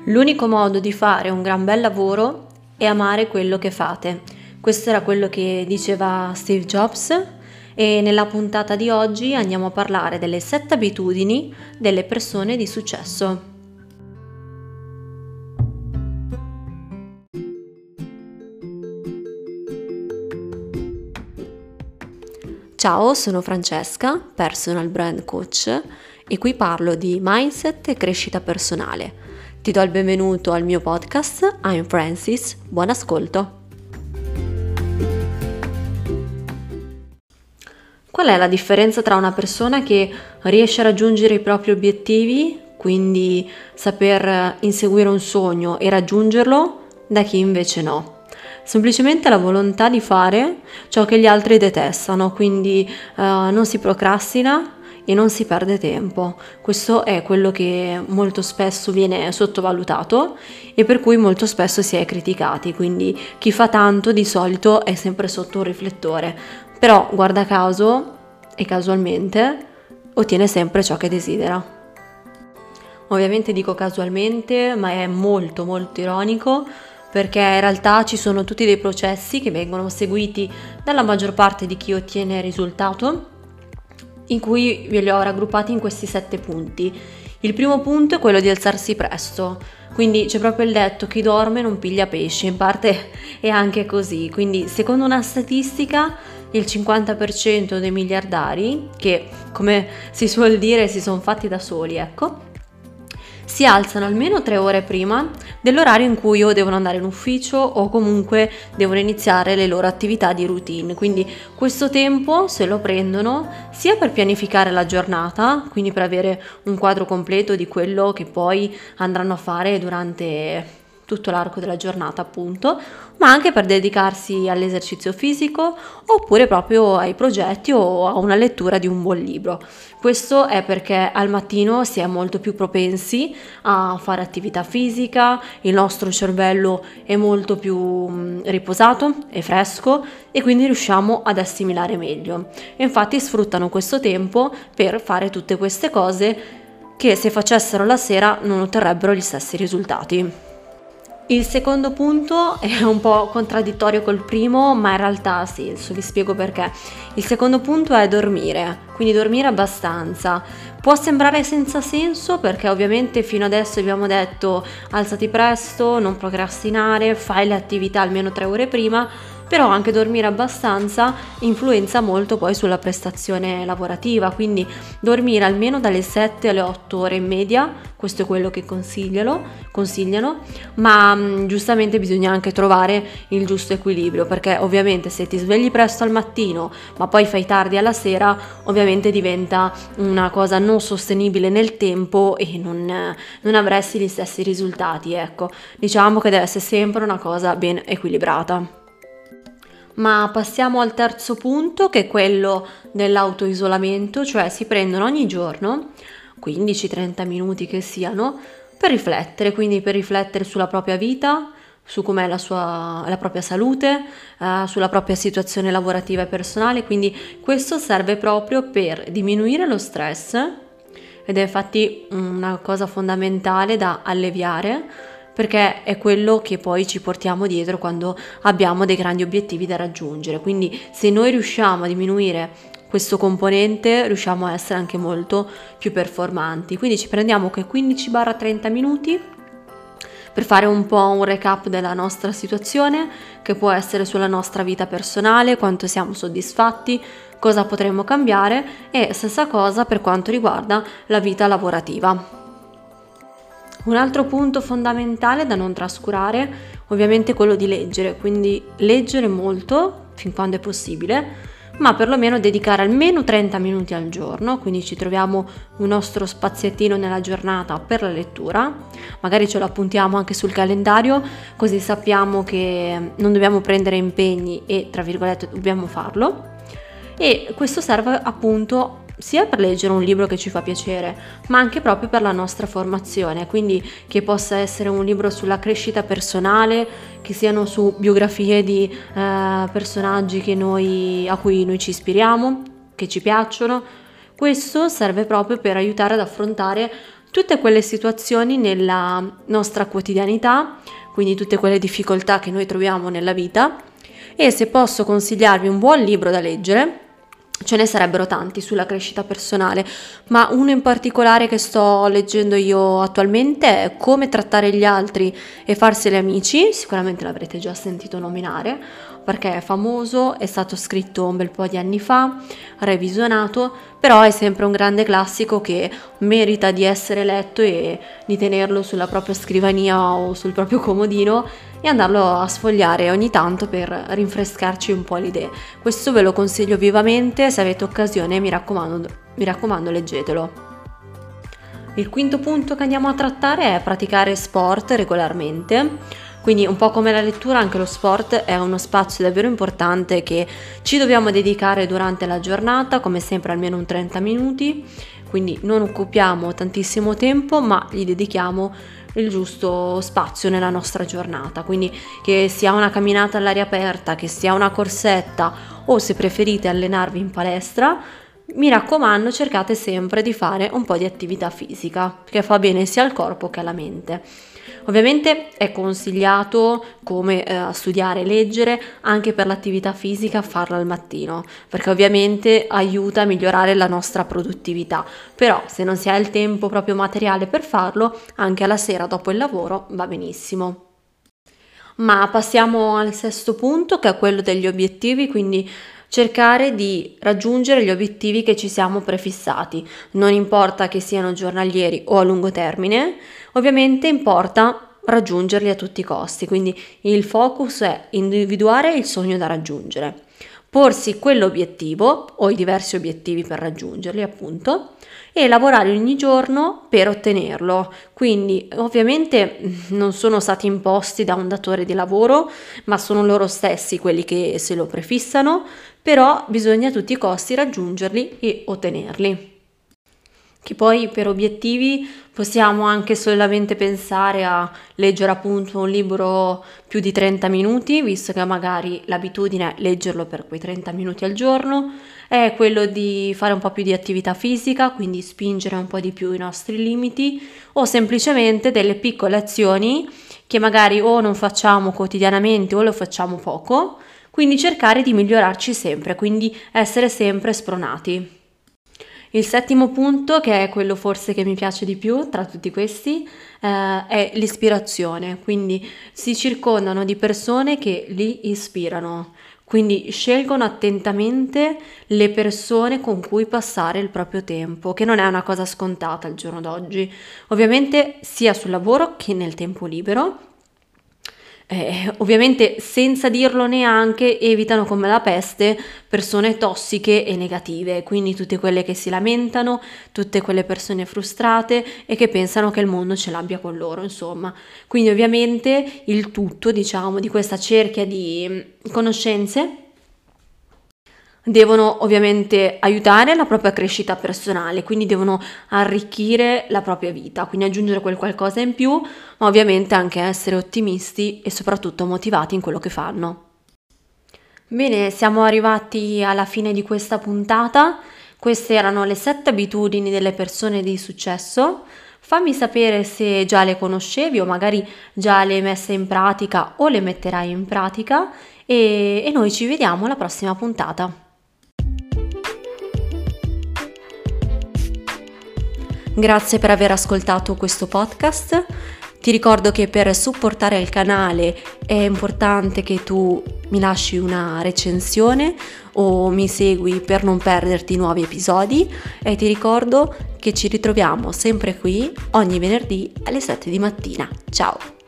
L'unico modo di fare un gran bel lavoro è amare quello che fate. Questo era quello che diceva Steve Jobs e nella puntata di oggi andiamo a parlare delle 7 abitudini delle persone di successo. Ciao, sono Francesca, personal brand coach e qui parlo di mindset e crescita personale. Ti do il benvenuto al mio podcast, I'm Francis, buon ascolto. Qual è la differenza tra una persona che riesce a raggiungere i propri obiettivi, quindi saper inseguire un sogno e raggiungerlo, da chi invece no? Semplicemente la volontà di fare ciò che gli altri detestano, quindi non si procrastina e non si perde tempo. Questo è quello che molto spesso viene sottovalutato e per cui molto spesso si è criticati, quindi chi fa tanto di solito è sempre sotto un riflettore, però guarda caso e casualmente ottiene sempre ciò che desidera. Ovviamente dico casualmente, ma è molto ironico, perché in realtà ci sono tutti dei processi che vengono seguiti dalla maggior parte di chi ottiene risultato, in cui ve li ho raggruppati in questi 7 punti. Il primo punto è quello di alzarsi presto, quindi c'è proprio il detto: chi dorme non piglia pesci, in parte è anche così. Quindi secondo una statistica il 50% dei miliardari, che come si suol dire si sono fatti da soli, ecco, si alzano almeno 3 ore prima dell'orario in cui o devono andare in ufficio o comunque devono iniziare le loro attività di routine. Quindi questo tempo se lo prendono sia per pianificare la giornata, quindi per avere un quadro completo di quello che poi andranno a fare durante tutto l'arco della giornata, appunto, ma anche per dedicarsi all'esercizio fisico oppure proprio ai progetti o a una lettura di un buon libro. Questo è perché al mattino si è molto più propensi a fare attività fisica, il nostro cervello è molto più riposato e fresco e quindi riusciamo ad assimilare meglio. E infatti sfruttano questo tempo per fare tutte queste cose che se facessero la sera non otterrebbero gli stessi risultati. Il secondo punto è un po' contraddittorio col primo, ma in realtà ha senso, vi spiego perché. Il secondo punto è dormire, quindi dormire abbastanza. Può sembrare senza senso perché ovviamente fino adesso abbiamo detto alzati presto, non procrastinare, fai le attività almeno 3 ore prima, però anche dormire abbastanza influenza molto poi sulla prestazione lavorativa, quindi dormire almeno dalle 7 alle 8 ore in media, questo è quello che consigliano, ma giustamente bisogna anche trovare il giusto equilibrio, perché ovviamente se ti svegli presto al mattino ma poi fai tardi alla sera, ovviamente diventa una cosa non sostenibile nel tempo e non avresti gli stessi risultati, ecco. Diciamo che deve essere sempre una cosa ben equilibrata. Ma passiamo al terzo punto, che è quello dell'autoisolamento, cioè si prendono ogni giorno 15-30 minuti che siano per riflettere, quindi per riflettere sulla propria vita, su com'è la propria salute, sulla propria situazione lavorativa e personale, quindi questo serve proprio per diminuire lo stress ed è infatti una cosa fondamentale da alleviare, perché è quello che poi ci portiamo dietro quando abbiamo dei grandi obiettivi da raggiungere. Quindi se noi riusciamo a diminuire questo componente, riusciamo a essere anche molto più performanti. Quindi ci prendiamo quei 15-30 minuti per fare un po' un recap della nostra situazione, che può essere sulla nostra vita personale, quanto siamo soddisfatti, cosa potremmo cambiare, e stessa cosa per quanto riguarda la vita lavorativa. Un altro punto fondamentale da non trascurare ovviamente è quello di leggere, quindi leggere molto fin quando è possibile, ma perlomeno dedicare almeno 30 minuti al giorno, quindi ci troviamo un nostro spaziettino nella giornata per la lettura, magari ce lo appuntiamo anche sul calendario così sappiamo che non dobbiamo prendere impegni e tra virgolette dobbiamo farlo, e questo serve appunto sia per leggere un libro che ci fa piacere, ma anche proprio per la nostra formazione, quindi che possa essere un libro sulla crescita personale, che siano su biografie di personaggi a cui noi ci ispiriamo, che ci piacciono. Questo serve proprio per aiutare ad affrontare tutte quelle situazioni nella nostra quotidianità, quindi tutte quelle difficoltà che noi troviamo nella vita. E se posso consigliarvi un buon libro da leggere, ce ne sarebbero tanti sulla crescita personale, ma uno in particolare che sto leggendo io attualmente è Come trattare gli altri e farseli amici. Sicuramente l'avrete già sentito nominare perché è famoso, è stato scritto un bel po' di anni fa, revisionato, però è sempre un grande classico che merita di essere letto e di tenerlo sulla propria scrivania o sul proprio comodino e andarlo a sfogliare ogni tanto per rinfrescarci un po' le idee. Questo ve lo consiglio vivamente, se avete occasione mi raccomando leggetelo. Il quinto punto che andiamo a trattare è praticare sport regolarmente. Quindi un po' come la lettura, anche lo sport è uno spazio davvero importante che ci dobbiamo dedicare durante la giornata, come sempre almeno un 30 minuti, quindi non occupiamo tantissimo tempo ma gli dedichiamo il giusto spazio nella nostra giornata, quindi che sia una camminata all'aria aperta, che sia una corsetta o se preferite allenarvi in palestra, mi raccomando cercate sempre di fare un po' di attività fisica perché fa bene sia al corpo che alla mente. Ovviamente è consigliato, come studiare e leggere, anche per l'attività fisica farla al mattino, perché ovviamente aiuta a migliorare la nostra produttività, però se non si ha il tempo proprio materiale per farlo, anche alla sera dopo il lavoro va benissimo. Ma passiamo al sesto punto, che è quello degli obiettivi, quindi cercare di raggiungere gli obiettivi che ci siamo prefissati, non importa che siano giornalieri o a lungo termine, ovviamente importa raggiungerli a tutti i costi, quindi il focus è individuare il sogno da raggiungere, porsi quell'obiettivo o i diversi obiettivi per raggiungerli appunto e lavorare ogni giorno per ottenerlo. Quindi ovviamente non sono stati imposti da un datore di lavoro, ma sono loro stessi quelli che se lo prefissano, però bisogna a tutti i costi raggiungerli e ottenerli. Che poi per obiettivi possiamo anche solamente pensare a leggere appunto un libro più di 30 minuti, visto che magari l'abitudine è leggerlo per quei 30 minuti al giorno, è quello di fare un po' più di attività fisica, quindi spingere un po' di più i nostri limiti, o semplicemente delle piccole azioni che magari o non facciamo quotidianamente o lo facciamo poco, quindi cercare di migliorarci sempre, quindi essere sempre spronati. Il settimo punto, che è quello forse che mi piace di più tra tutti questi, è l'ispirazione, quindi si circondano di persone che li ispirano, quindi scelgono attentamente le persone con cui passare il proprio tempo, che non è una cosa scontata al giorno d'oggi, ovviamente sia sul lavoro che nel tempo libero. Ovviamente senza dirlo neanche evitano come la peste persone tossiche e negative, quindi tutte quelle che si lamentano, tutte quelle persone frustrate e che pensano che il mondo ce l'abbia con loro, insomma. Quindi ovviamente il tutto, diciamo, di questa cerchia di conoscenze devono ovviamente aiutare la propria crescita personale, quindi devono arricchire la propria vita, quindi aggiungere quel qualcosa in più, ma ovviamente anche essere ottimisti e soprattutto motivati in quello che fanno. Bene, siamo arrivati alla fine di questa puntata. Queste erano le 7 abitudini delle persone di successo. Fammi sapere se già le conoscevi o magari già le hai messe in pratica o le metterai in pratica e noi ci vediamo alla prossima puntata. Grazie per aver ascoltato questo podcast. Ti ricordo che per supportare il canale è importante che tu mi lasci una recensione o mi segui per non perderti nuovi episodi e ti ricordo che ci ritroviamo sempre qui ogni venerdì alle 7 di mattina. Ciao!